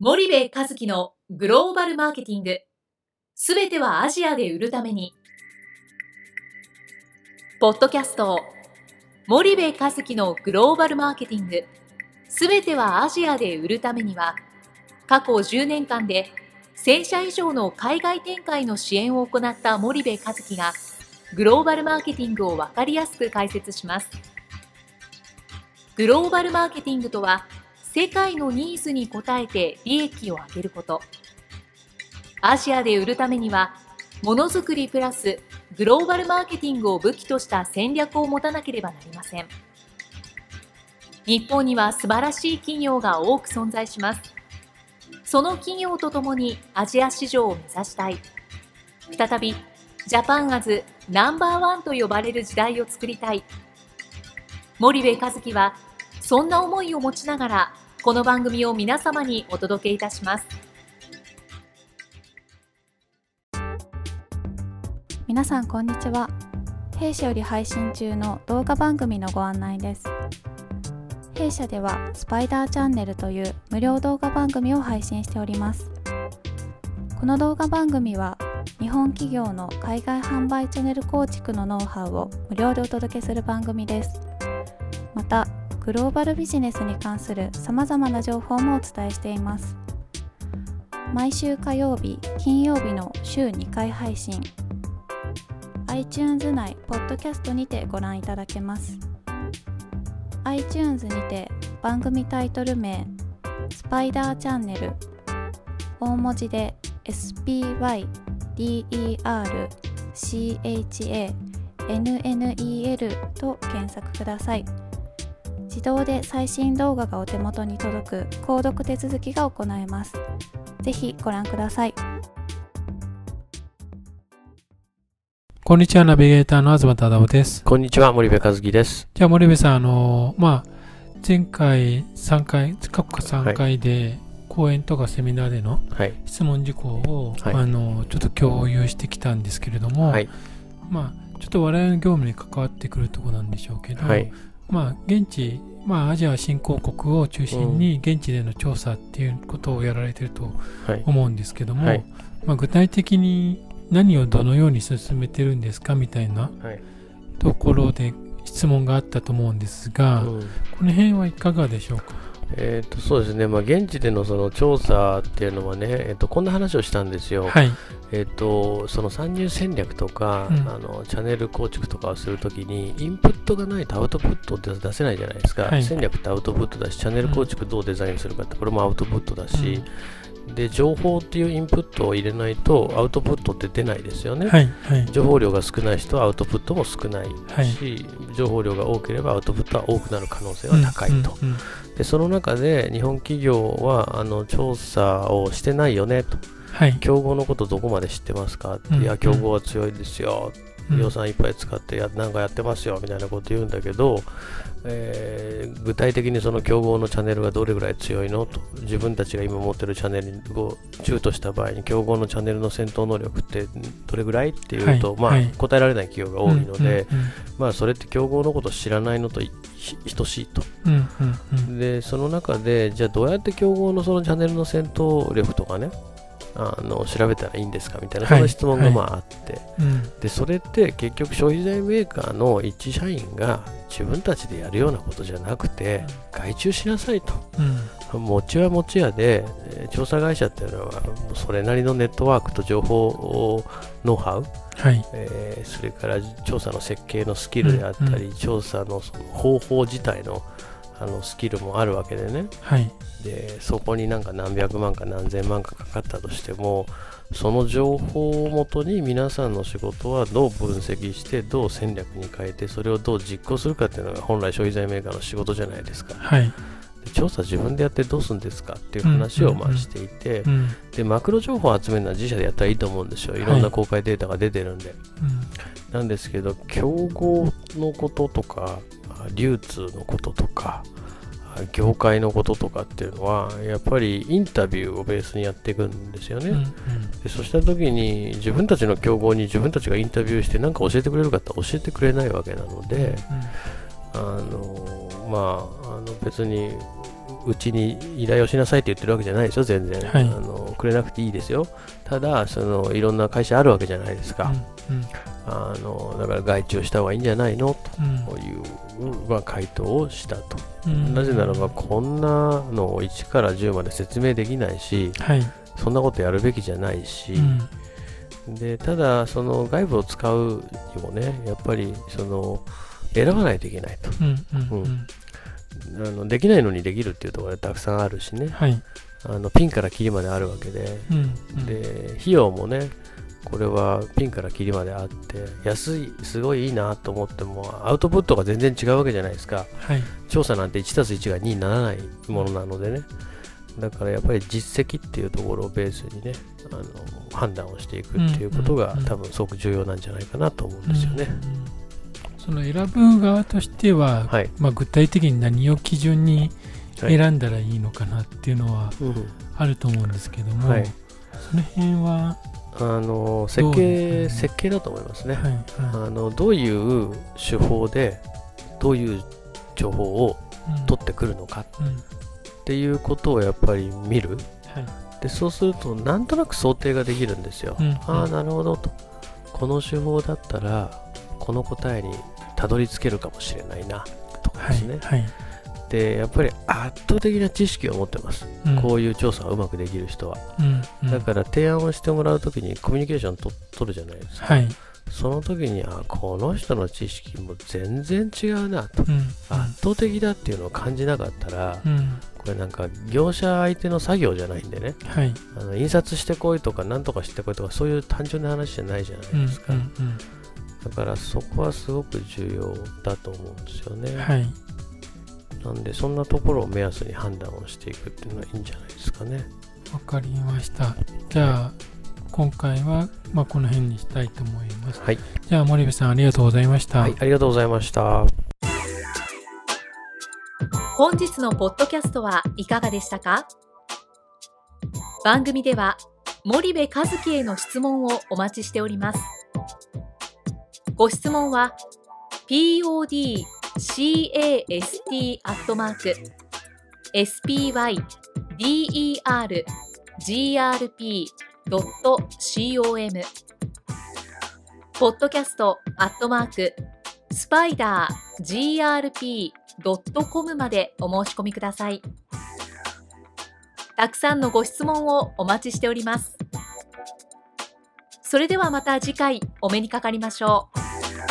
森部一樹のグローバルマーケティング、すべてはアジアで売るために。ポッドキャスト森部一樹のグローバルマーケティング、すべてはアジアで売るためには、過去10年間で1000社以上の海外展開の支援を行った森部一樹がグローバルマーケティングを分かりやすく解説します。グローバルマーケティングとは、世界のニーズに応えて利益を上げること。アジアで売るためには、ものづくりプラスグローバルマーケティングを武器とした戦略を持たなければなりません。日本には素晴らしい企業が多く存在します。その企業とともにアジア市場を目指したい。再びジャパンアズナンバーワンと呼ばれる時代を作りたい。森部一樹はそんな思いを持ちながら、この番組を皆様にお届けいたします。 皆さんこんにちは。弊社より配信中の動画番組のご案内です。弊社ではスパイダーチャンネルという無料動画番組を配信しております。この動画番組は日本企業の海外販売チャンネル構築のノウハウを無料でお届けする番組です。またグローバルビジネスに関するさまざまな情報もお伝えしています。毎週火曜日、金曜日の週2回配信。iTunes 内ポッドキャストにてご覧いただけます。iTunes にて番組タイトル名スパイダーチャンネル、大文字で SPYDERCHANNEL と検索ください。自動で最新動画がお手元に届く購読手続きが行えます。ぜひご覧ください。 こんにちは、ナビゲーターの東忠夫です。 こんにちは、森部一樹です。 じゃあ森部さん、前回3回、過去3回で講演とかセミナーでの質問事項を、ちょっと共有してきたんですけれども、ちょっと我々の業務に関わってくるところなんでしょうけど、現地、アジア新興国を中心に現地での調査っていうことをやられていると思うんですけども、具体的に何をどのように進めてるんですかみたいなところで質問があったと思うんですが、この辺はいかがでしょうか。 そうですね、現地でのその調査っていうのはね、こんな話をしたんですよ。その参入戦略とか、チャンネル構築とかをするときにインプットがないとアウトプットって出せないじゃないですか。戦略ってアウトプットだし、チャンネル構築どうデザインするかってこれもアウトプットだし、で情報っていうインプットを入れないとアウトプットって出ないですよね。情報量が少ない人はアウトプットも少ないし、情報量が多ければアウトプットは多くなる可能性は高いと。でその中で日本企業は調査をしてないよねと。競合のことどこまで知ってますかって、いや競合は強いですよ、予算いっぱい使ってなんかやってますよみたいなこと言うんだけど、具体的にその競合のチャンネルがどれぐらい強いのと、自分たちが今持ってるチャンネルを10とした場合に競合のチャンネルの戦闘能力ってどれぐらいっていうと、答えられない企業が多いので、それって競合のことを知らないのと等しいと。でその中でじゃあどうやって競合のそのチャンネルの戦闘力とかね調べたらいいんですかみたいな、そんな質問があって、でそれって結局消費財メーカーの一社員が自分たちでやるようなことじゃなくて、外注しなさいと。持ちは持ちやで、調査会社っていうのはそれなりのネットワークと情報ノウハウ、それから調査の設計のスキルであったり、調査のその方法自体のスキルもあるわけでね、でそこになんか何百万か何千万かかかったとしても、その情報をもとに皆さんの仕事はどう分析してどう戦略に変えてそれをどう実行するかっていうのが本来消費財メーカーの仕事じゃないですか。で調査自分でやってどうするんですかっていう話をしていて、でマクロ情報を集めるのは自社でやったらいいと思うんですよ。いろんな公開データが出てるんで、なんですけど競合のこととか流通のこととか業界のこととかっていうのはやっぱりインタビューをベースにやっていくんですよね。でそうした時に自分たちの競合に自分たちがインタビューして何か教えてくれるかって教えてくれないわけなので、別にうちに依頼をしなさいって言ってるわけじゃないですよ、全然、はい、くれなくていいですよ。ただいろんな会社あるわけじゃないですか、だから外注した方がいいんじゃないのという、回答をしたと、なぜならばこんなのを1から10まで説明できないし、はい、そんなことやるべきじゃないし、でただその外部を使うにもね、やっぱり選ばないといけないと、できないのにできるっていうところがたくさんあるしね、はい、ピンからキリまであるわけで、で費用もね、これはピンからキリまであって安い、すごいいいなと思ってもアウトプットが全然違うわけじゃないですか、はい、調査なんて 1+1 が2にならないものなのでね、だからやっぱり実績っていうところをベースにね、判断をしていくっていうことが、多分すごく重要なんじゃないかなと思うんですよね。 その選ぶ側としては、はい、具体的に何を基準に選んだらいいのかなっていうのはあると思うんですけども、はい、その辺は設計だと思いますね、はいはい、どういう手法でどういう情報を取ってくるのかっていうことをやっぱり見る、はい、でそうするとなんとなく想定ができるんですよ、ああなるほどと、この手法だったらこの答えにたどり着けるかもしれないなとかですね、はいはい、でやっぱり圧倒的な知識を持ってます、こういう調査をうまくできる人は、だから提案をしてもらうときにコミュニケーション取るじゃないですか、はい、その時にこの人の知識も全然違うなと、圧倒的だっていうのを感じなかったら、これなんか業者相手の作業じゃないんでね、はい、印刷してこいとかなんとかしてこいとかそういう単純な話じゃないじゃないですか、だからそこはすごく重要だと思うんですよね、はい、なんでそんなところを目安に判断をしていくっていうのはいいんじゃないですかね。 わかりました。じゃあ今回はこの辺にしたいと思います、はい、じゃあ森部さんありがとうございました。 はい、ありがとうございました。 本日のポッドキャストはいかがでしたか？番組では森部一樹への質問をお待ちしております。ご質問は podcast@spydergrp.com podcast@spidergrp.com までお申し込みください。たくさんのご質問をお待ちしております。それではまた次回お目にかかりましょう。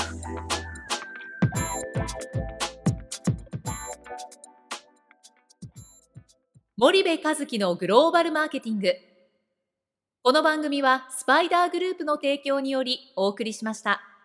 森部一樹のグローバルマーケティング。この番組はスパイダーグループの提供によりお送りしました。